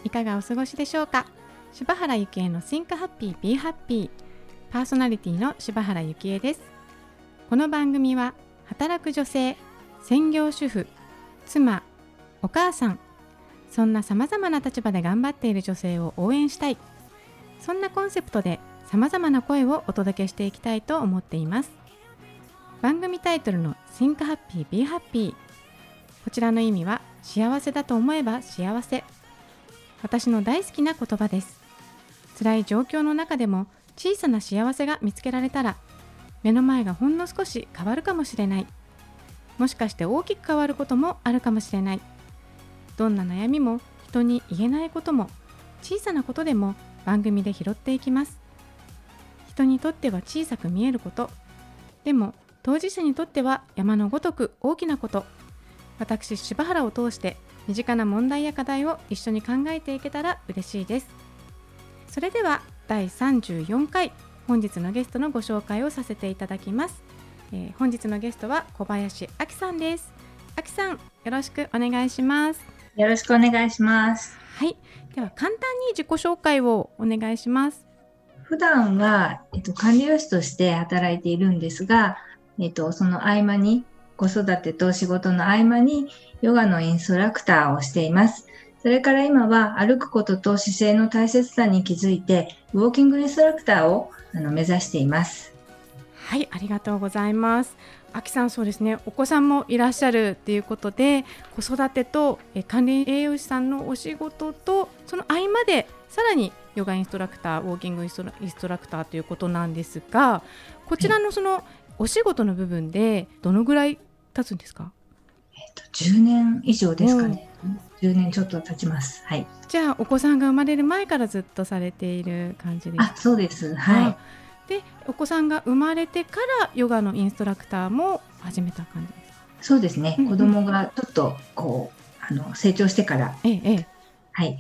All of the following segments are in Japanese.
いかがお過ごしでしょうか。柴原幸恵の Think Happy Be Happy、 パーソナリティの柴原幸恵です。この番組は働く女性、専業主婦、妻、お母さん、そんなさまざまな立場で頑張っている女性を応援したい、そんなコンセプトでさまざまな声をお届けしていきたいと思っています。番組タイトルの Think Happy Be Happy、 こちらの意味は幸せだと思えば幸せ。私の大好きな言葉です。辛い状況の中でも小さな幸せが見つけられたら、目の前がほんの少し変わるかもしれない。もしかして大きく変わることもあるかもしれない。どんな悩みも人に言えないことも、小さなことでも番組で拾っていきます。人にとっては小さく見えること、でも当事者にとっては山のごとく大きなこと。私柴原を通して身近な問題や課題を一緒に考えていけたら嬉しいです。それでは第34回、本日のゲストのご紹介をさせていただきます。本日のゲストは小林亜希さんです。亜希さん、よろしくお願いします。 よろしくお願いします。 はい、では簡単に自己紹介をお願いします。 普段は、管理栄養士として働いているんですが、その合間に、子育てと仕事の合間にヨガのインストラクターをしています。それから今は歩くことと姿勢の大切さに気づいて、ウォーキングインストラクターを目指しています。 はい、ありがとうございます。亜希さん、そうですね、お子さんもいらっしゃるっていうことで、子育てと管理栄養士さんのお仕事と、その合間でさらにヨガインストラクター、ウォーキングインストラクターということなんですが、こちらのそのお仕事の部分でどのぐらい経つんですか ？10年以上ですかね。10年ちょっと経ちます。はい。 じゃあお子さんが生まれる前からずっとされている感じですか？ そうです。はい。 で、お子さんが生まれてからヨガのインストラクターも始めた感じですか？ そうですね。子供がちょっと成長してから、はい、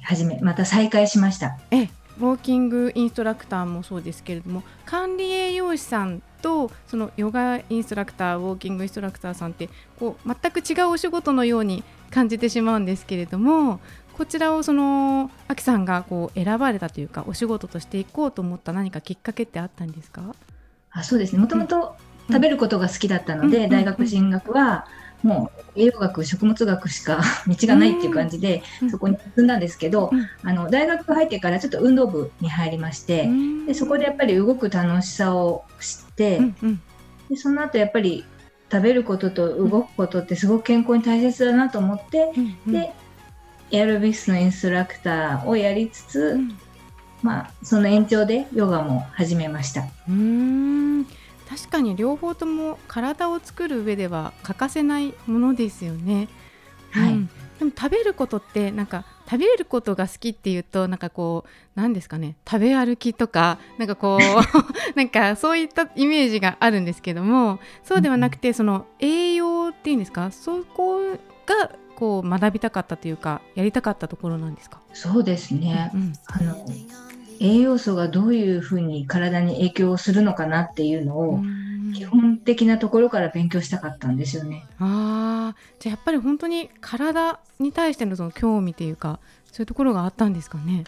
また再開しました。 ウォーキングインストラクターもそうですけれども、管理栄養士さんとそのヨガインストラクター、ウォーキングインストラクターさんって全く違うお仕事のように感じてしまうんですけれども、こちらを亜希さんが選ばれたというか、お仕事としていこうと思った何かきっかけってあったんですか？ そうですね。もともと食べることが好きだったので、大学進学はもう栄養学、食物学しか道がないっていう感じで、そこに進んだんですけど、大学入ってからちょっと運動部に入りまして、でそこでやっぱり動く楽しさを知って、でその後やっぱり食べることと動くことってすごく健康に大切だなと思って、でエアロビクスのインストラクターをやりつつ、その延長でヨガも始めました。 確かに両方とも体を作る上では欠かせないものですよね。 はい。 でも食べることって食べることが好きっていうと何ですかね、食べ歩きとかなんかそういったイメージがあるんですけども、そうではなくて、その栄養っていうんですか、そこが学びたかったというか、やりたかったところなんですか？ そうですね。栄養素がどういうふうに体に影響するのかなっていうのを基本的なところから勉強したかったんですよね。 じゃあやっぱり本当に体に対してのその興味というか、そういうところがあったんですかね。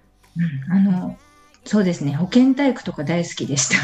そうですね。保健体育とか大好きでした。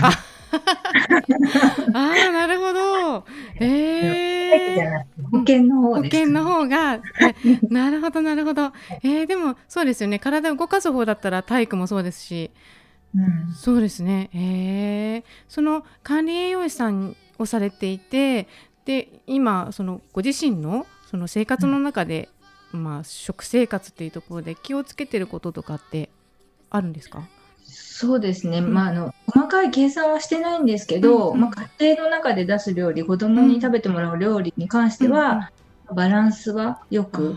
なるほど。 体育じゃなくて保健の方です、 保健の方がなるほどなるほど。でもそうですよね。体を動かす方だったら体育もそうですし、そうですね。その管理栄養士さんをされていて、で今そのご自身のその生活の中で、食生活っていうところで気をつけてることとかってあるんですか？ そうですね。細かい計算はしてないんですけど、家庭の中で出す料理、子供に食べてもらう料理に関しては、バランスはよく、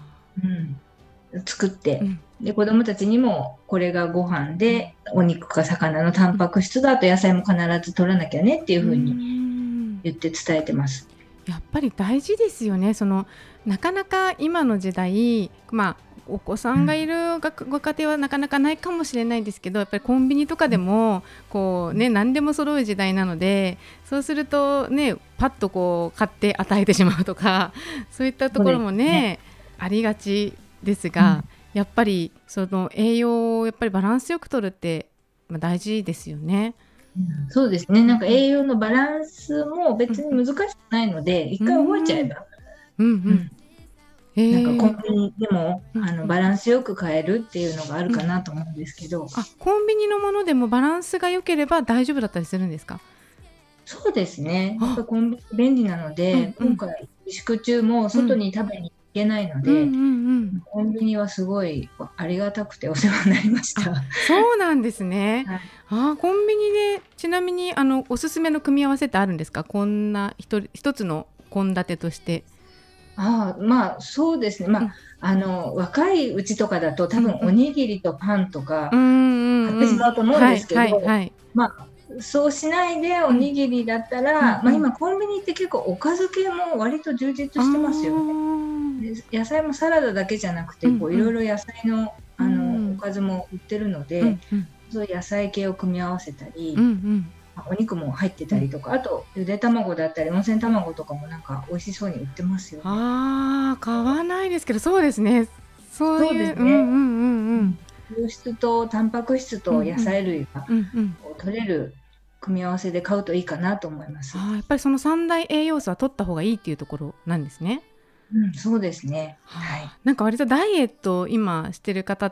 作って、で子供たちにもこれがご飯で、お肉か魚のタンパク質だと野菜も必ず取らなきゃねっていうふうに言って伝えてます。 やっぱり大事ですよね。なかなか今の時代、お子さんがいるご家庭はなかなかないかもしれないんですけど、やっぱりコンビニとかでも何でも揃う時代なので、そうするとね、パッと買って与えてしまうとか、そういったところもね、ありがちですが、 やっぱりその栄養をやっぱりバランスよく取るって大事ですよね。 そうですね。なんか栄養のバランスも別に難しくないので、一回覚えちゃえば、なんかコンビニでもバランスよく買えるっていうのがあるかなと思うんですけど、 コンビニのものでもバランスが良ければ大丈夫だったりするんですか？ そうですね。やっぱコンビニ便利なので、今回自粛中も外に食べに行けないので、コンビニはすごいありがたくてお世話になりました。 そうなんですね。コンビニでちなみにおすすめの組み合わせってあるんですか？こんな一つの献立として。 まあそうですね。若いうちとかだと多分おにぎりとパンとか買ってしまうと思うんですけど、そうしないでおにぎりだったら、今コンビニって結構おかず系も割と充実してますよね。野菜もサラダだけじゃなくて、いろいろ野菜のおかずも売ってるので、そういう野菜系を組み合わせたり、お肉も入ってたりとか、あとゆで卵だったり温泉卵とかもなんか美味しそうに売ってますよね。 買わないですけど、そうですね。そうですね。糖質とタンパク質と野菜類が取れる組み合わせで買うといいかなと思います。 やっぱりその3大栄養素は取った方がいいっていうところなんですね。 そうですね。 なんか割とダイエットを今してる方って、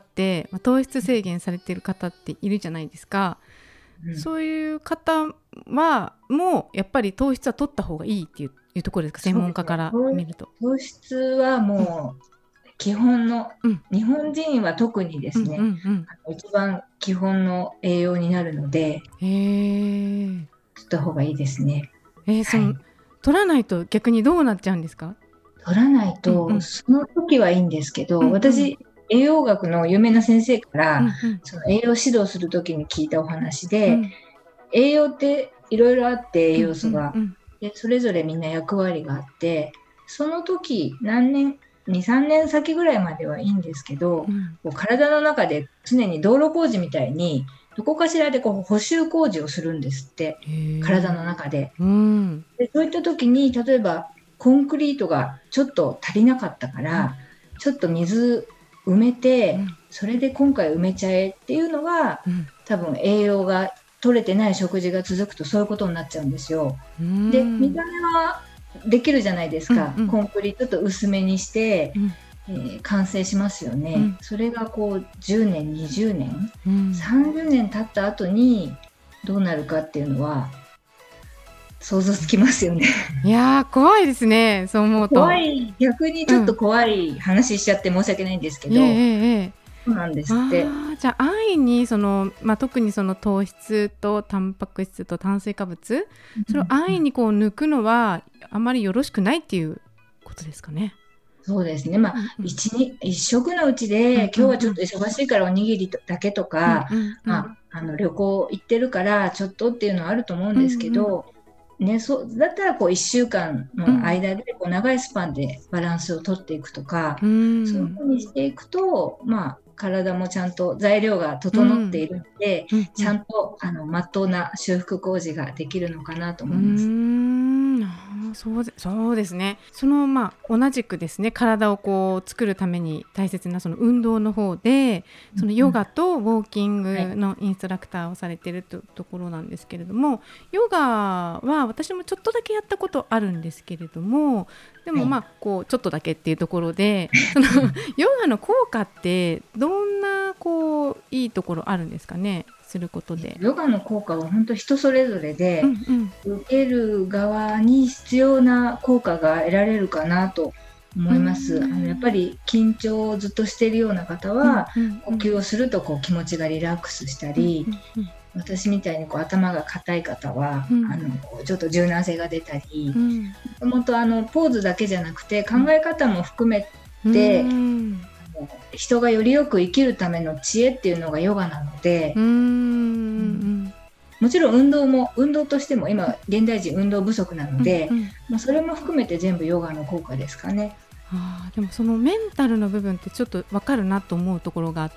糖質制限されてる方っているじゃないですか。そういう方はもうやっぱり糖質は取った方がいいっていうところですか？専門家から見ると。 糖質はもう基本の、日本人は特にですね、一番基本の栄養になるので、取った方がいいですね。 取らないと逆にどうなっちゃうんですか？ 取らないと、その時はいいんですけど、私栄養学の有名な先生から、その栄養指導する時に聞いたお話で、栄養っていろいろあって栄養素が、でそれぞれみんな役割があって、その時何年2、3年先ぐらいまではいいんですけど、体の中で常に道路工事みたいにどこかしらで補修工事をするんですって、体の中で。でそういった時に例えばコンクリートがちょっと足りなかったから、ちょっと水埋めて、それで今回埋めちゃえっていうのは、多分栄養が取れてない食事が続くとそういうことになっちゃうんですよ。で見た目はできるじゃないですか。コンクリートと薄めにして、完成しますよね。それがこう10年20年、30年経った後にどうなるかっていうのは想像つきますよね。 いやー怖いですね。そう思うと逆にちょっと怖い話しちゃって申し訳ないんですけど、そうなんですって。 じゃあ安易に特にその糖質とタンパク質と炭水化物、それを安易に抜くのはあまりよろしくないっていうことですかね。 そうですね。一食のうちで、今日はちょっと忙しいからおにぎりだけとか、旅行行ってるからちょっとっていうのはあると思うんですけど、だったら1週間の間で長いスパンでバランスを取っていくとか、そういうふうにしていくと、体もちゃんと材料が整っているので、ちゃんとまっとうな修復工事ができるのかなと思います。 そうですね。同じくですね、体を作るために大切なその運動の方で、そのヨガとウォーキングのインストラクターをされているところなんですけれども、ヨガは私もちょっとだけやったことあるんですけれども、でもちょっとだけっていうところで、そのヨガの効果ってどんないいところあるんですかね？することで。 ヨガの効果は本当人それぞれで、受ける側に必要な効果が得られるかなと思います。やっぱり緊張をずっとしているような方は、呼吸をすると気持ちがリラックスしたり、私みたいに頭が硬い方は、ちょっと柔軟性が出たり、もともとポーズだけじゃなくて考え方も含めて、人がよりよく生きるための知恵っていうのがヨガなので、もちろん運動としても今現代人運動不足なので、それも含めて全部ヨガの効果ですかね。 でもそのメンタルの部分ってちょっと分かるなと思うところがあって、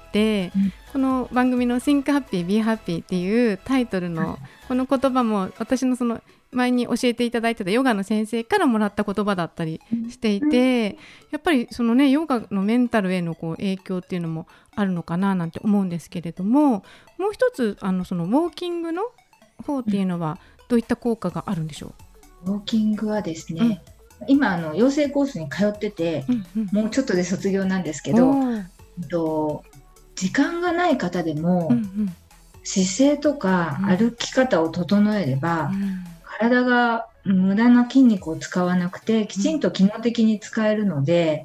この番組の Think Happy Be Happy っていうタイトルのこの言葉も私のその前に教えていただいてたヨガの先生からもらった言葉だったりしていて、やっぱりそのねヨガのメンタルへのこう影響っていうのもあるのかななんて思うんですけれども、もう一つそのウォーキングの方っていうのはどういった効果があるんでしょウォーキングはですね、今養成コースに通ってて、もうちょっとで卒業なんですけど、時間がない方でも、姿勢とか歩き方を整えれば、体が無駄な筋肉を使わなくてきちんと機能的に使えるので、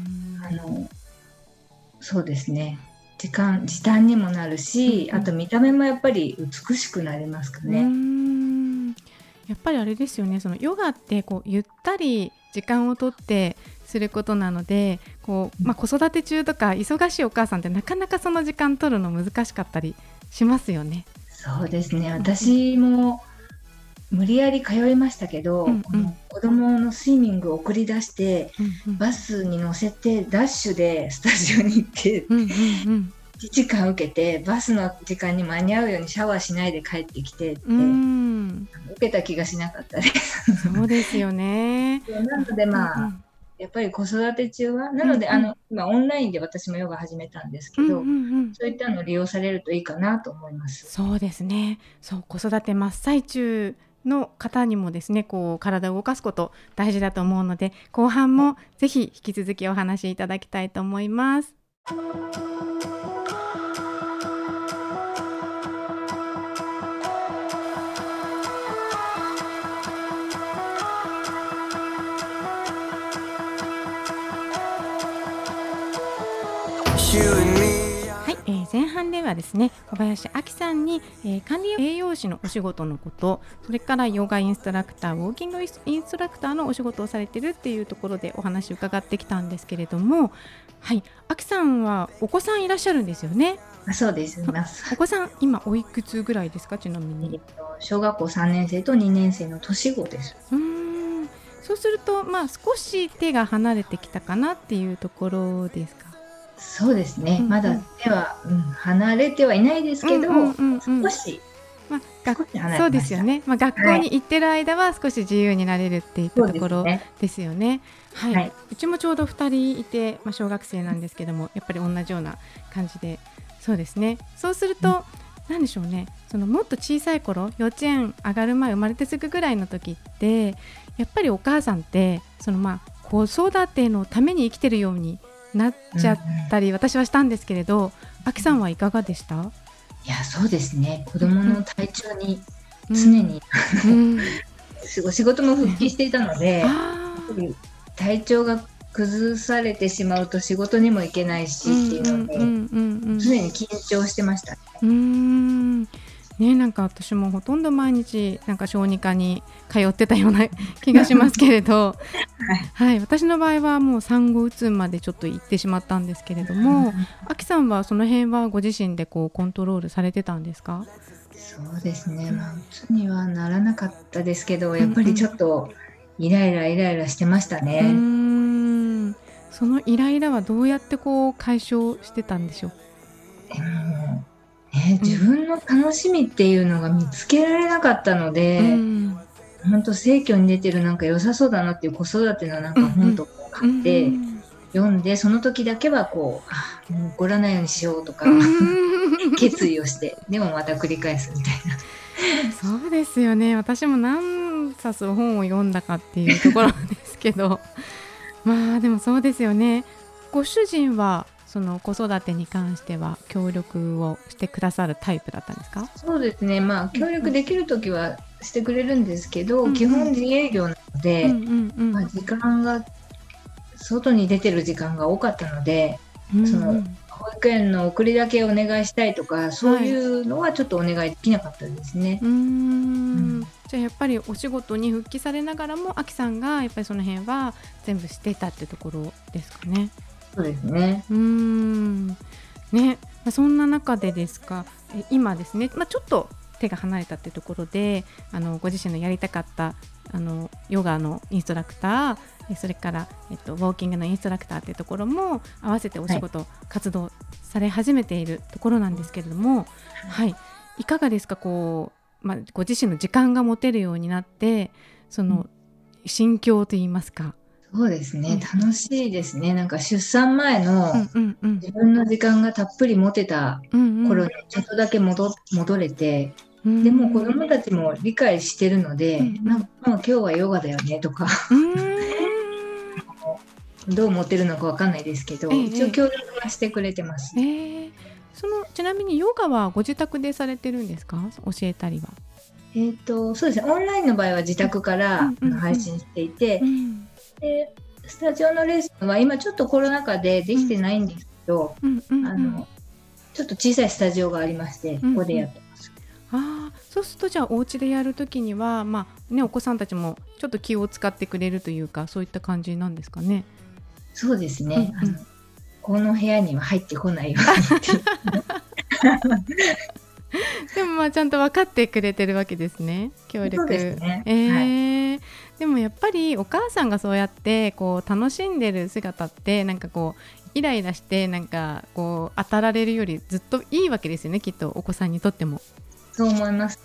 そうですね、時短にもなるし、あと見た目もやっぱり美しくなりますかね。 やっぱりあれですよね、そのヨガってこうゆったり時間をとってすることなので、子育て中とか忙しいお母さんってなかなかその時間取るの難しかったりしますよね。 そうですね、私も無理やり通いましたけど、子供のスイミングを送り出して、バスに乗せてダッシュでスタジオに行って、1時間受けてバスの時間に間に合うようにシャワーしないで帰ってきてって、受けた気がしなかったです。 そうですよね。 なのでやっぱり子育て中はなので、今オンラインで私もヨガ始めたんですけど、そういったのを利用されるといいかなと思います。 そうですね。そう、子育て真っ最中の方にもですね、こう体を動かすこと大事だと思うので、後半もぜひ引き続きお話しいただきたいと思います。前半ではですね、小林明さんに、管理栄養士のお仕事のこと、それからヨガインストラクター、ウォーキングインストラクターのお仕事をされているっていうところでお話を伺ってきたんですけれども、はい、明さんはお子さんいらっしゃるんですよね。 そうです、います。 お子さん今おいくつぐらいですか、ちなみに。 小学校3年生と2年生の年子です。 そうすると、少し手が離れてきたかなっていうところですか。 そうですね、まだ手は、離れてはいないですけど、少し離れてました。 そうですよね、学校に行ってる間は少し自由になれるっていったところですよね。うちもちょうど2人いて、小学生なんですけども、やっぱり同じような感じで、そうですね。そうすると、なんでしょうね、そのもっと小さい頃、幼稚園上がる前、生まれてすぐぐらいの時ってやっぱりお母さんってその子育てのために生きてるようになっちゃったり、私はしたんですけれど、あきさんはいかがでした？ いや、そうですね、子供の体調に常に、仕事も復帰していたので、体調が崩されてしまうと仕事にも行けないしっていうので、常に緊張してました。 なんか私もほとんど毎日なんか小児科に通ってたような気がしますけれど、私の場合はもう産後うつまでちょっと行ってしまったんですけれども、あきさんはその辺はご自身でこうコントロールされてたんですか？ そうですね、うつにはならなかったですけど、やっぱりちょっとイライラしてましたね。 そのイライラはどうやってこう解消してたんでしょう？ 自分の楽しみっていうのが見つけられなかったので、本当生協に出てるなんか良さそうだなっていう子育てのなんか本とかを買って読んで、その時だけはこうもう怒らないようにしようとか決意をして、でもまた繰り返すみたいな。 そうですよね、私も何冊本を読んだかっていうところですけどでもそうですよね。ご主人はその子育てに関しては協力をしてくださるタイプだったんですか？ そうですね、協力できるときはしてくれるんですけど、基本自営業なので、時間が外に出てる時間が多かったので、その保育園の送りだけお願いしたいとか、そういうのはちょっとお願いできなかったですね。 じゃあやっぱりお仕事に復帰されながらも、あきさんがやっぱりその辺は全部してたってところですかね。 そうですね。 そんな中でですか、今ですね、ちょっと手が離れたっていうところでご自身のやりたかったヨガのインストラクター、それから、ウォーキングのインストラクターっていうところも合わせてお仕事、活動され始めているところなんですけれども、いかがですか？ご自身の時間が持てるようになってその心境といいますか。 そうですね、楽しいですね。なんか出産前の自分の時間がたっぷり持てた頃にちょっとだけ戻れて、でも子供たちも理解してるので、なんか今日はヨガだよねとかどう思ってるのかわかんないですけど、一応協力はしてくれてます。 ちなみにヨガはご自宅でされてるんですか？教えたりは。 そうですね、オンラインの場合は自宅から配信していて、でスタジオのレッスンは今ちょっとコロナ禍でできてないんですけど、ちょっと小さいスタジオがありまして、ここでやってます。 そうするとじゃあお家でやるときには、お子さんたちもちょっと気を使ってくれるというか、そういった感じなんですかね。 そうですね、この部屋には入ってこないようにってでもちゃんと分かってくれてるわけですね、協力。 そうですね、 でもやっぱりお母さんがそうやって楽しんでる姿ってなんかイライラしてなんか当たられるよりずっといいわけですよね、きっとお子さんにとっても。 そう思います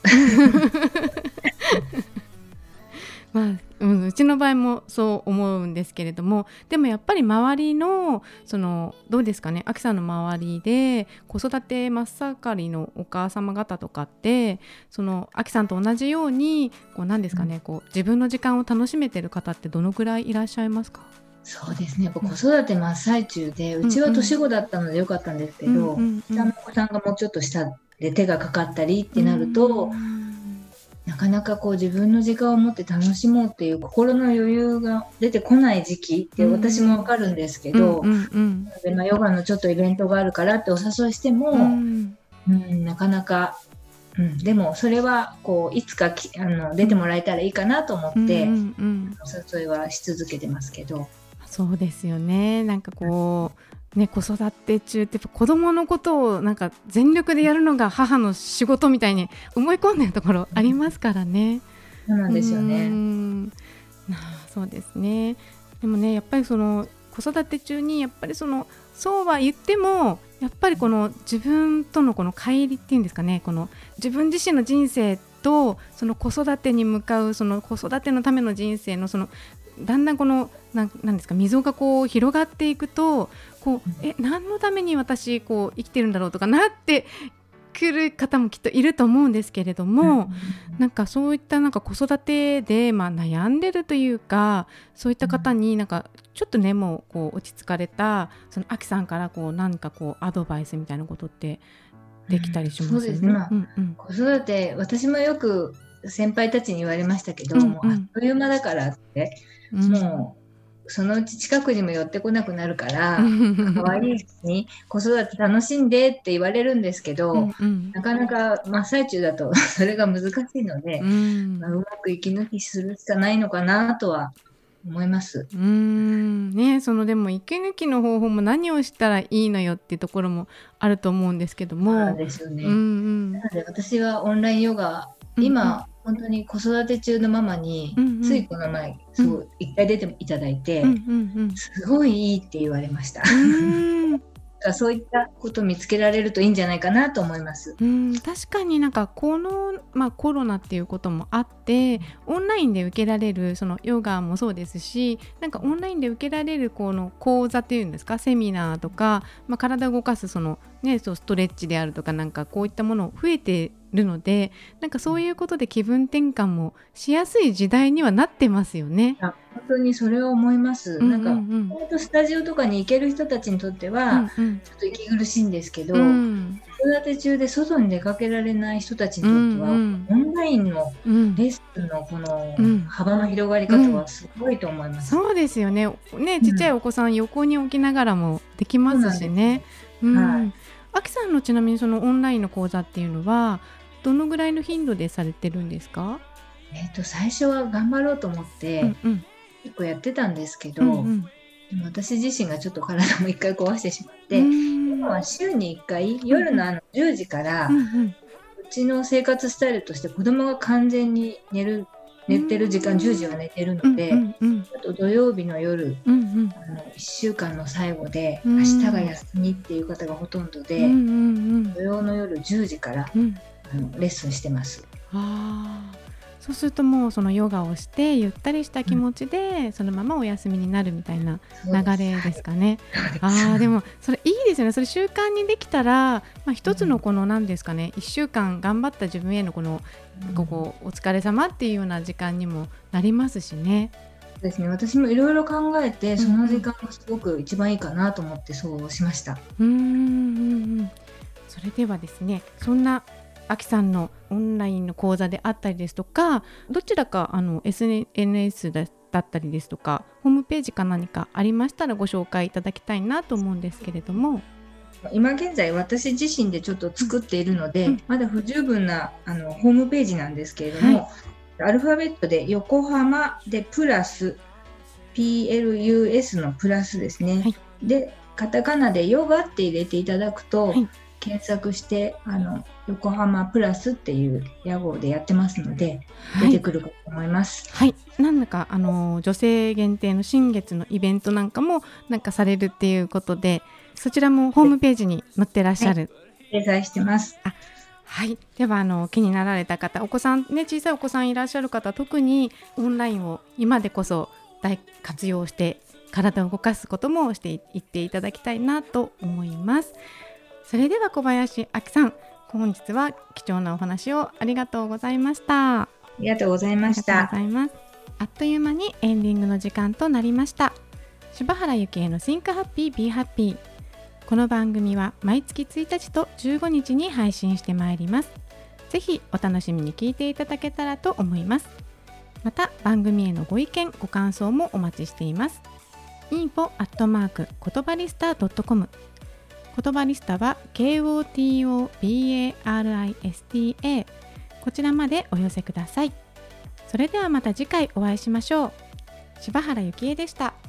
うちの場合もそう思うんですけれども、でもやっぱり周りのどうですかね、あきさんの周りで子育て真っ盛りのお母様方とかってあきさんと同じように何ですかね、自分の時間を楽しめてる方ってどのくらいいらっしゃいますか？ そうですね、やっぱ子育て真っ最中で、うちは年子だったのでよかったんですけど、下のお子さんがもうちょっと下で手がかかったりってなると、なかなか自分の時間を持って楽しもうっていう心の余裕が出てこない時期って私もわかるんですけど、ヨガのちょっとイベントがあるからってお誘いしても、なかなか、でもそれはいつか出てもらえたらいいかなと思って、お誘いはし続けてますけど。 そうですよね、なんか子育て中って子供のことをなんか全力でやるのが母の仕事みたいに思い込んでるところありますからね。 そうなんですよね。 そうですね。でもね、やっぱり子育て中にやっぱりそうは言ってもやっぱり自分との乖離っていうんですかね、自分自身の人生と子育てに向かう子育てのための人生のだんだんなんですか、溝が広がっていくと何のために私生きてるんだろうとかなってくる方もきっといると思うんですけれども、なんかそういった子育てで悩んでるというか、そういった方になんかちょっとね、もう落ち着かれたあきさんから何かアドバイスみたいなことってできたりします？ そうですね、子育て私もよく先輩たちに言われましたけど、もうあっという間だからって、もうそのうち近くにも寄ってこなくなるから可愛いうちに子育て楽しんでって言われるんですけど、なかなか真っ最中だとそれが難しいので、うまく息抜きするしかないのかなとは思います。 でも息抜きの方法も何をしたらいいのよっていうところもあると思うんですけども。 そうですよね。なので私はオンラインヨガ、今本当に子育て中のママに、ついこの前一回出ていただいて、すごいいいって言われました。そういったことを見つけられるといいんじゃないかなと思います。 確かになんかコロナっていうこともあってオンラインで受けられるヨガもそうですし、なんかオンラインで受けられる講座っていうんですか、セミナーとか、体を動かすストレッチであるとか、なんかこういったもの増えてるので、なんかそういうことで気分転換もしやすい時代にはなってますよね。 本当にそれは思います。なんか本当スタジオとかに行ける人たちにとっては、ちょっと息苦しいんですけど、子育て中で外に出かけられない人たちにとっては、オンラインのレッスンのこの幅の広がり方はすごいと思います。 そうですよね。ちっちゃいお子さん横に置きながらもできますしね。あきさんのちなみにオンラインの講座っていうのはどのぐらいの頻度でされてるんですか？ 最初は頑張ろうと思って、結構やってたんですけど、でも私自身がちょっと体も一回壊してしまって、今は週に1回夜の10時からちの生活スタイルとして子供が完全に寝てる時間10時は寝てるので、あと土曜日の夜、1週間の最後で明日が休みっていう方がほとんどで、土曜の夜10時から、レッスンしてます。 そうするともうそのヨガをしてゆったりした気持ちでそのままお休みになるみたいな流れですかね。でもそれいいですよね。それ習慣にできたら、一つのこの何ですかね、1週間頑張った自分へのこのお疲れ様っていうような時間にもなりますしね。 そうですね、私もいろいろ考えて、その時間がすごく一番いいかなと思ってそうしました。 それではですね、そんなあきさんのオンラインの講座であったりですとか、どちらかSNS だったりですとかホームページか何かありましたらご紹介いただきたいなと思うんですけれども。 今現在私自身でちょっと作っているので、まだ不十分なホームページなんですけれども、アルファベットで横浜でプラス PLUS のプラスですね、でカタカナでヨガって入れていただくと、検索して横浜プラスっていう屋号でやってますので、出てくるかと思います。 なんだか女性限定の新月のイベントなんかもなんかされるっていうことで、そちらもホームページに載ってらっしゃる、 掲載してます。 では気になられた方、お子さんね、小さいお子さんいらっしゃる方、特にオンラインを今でこそ大活用して体を動かすこともしていっていただきたいなと思います。それでは小林あきさん、本日は貴重なお話をありがとうございました。 ありがとうございました。 あっという間にエンディングの時間となりました。柴原幸恵の Think Happy Be Happy。この番組は毎月1日と15日に配信してまいります。ぜひお楽しみに聞いていただけたらと思います。また番組へのご意見ご感想もお待ちしています。info@言葉リスター .com、 言葉リスタは KOTOBARISTA、 こちらまでお寄せください。それではまた次回お会いしましょう。柴原幸恵でした。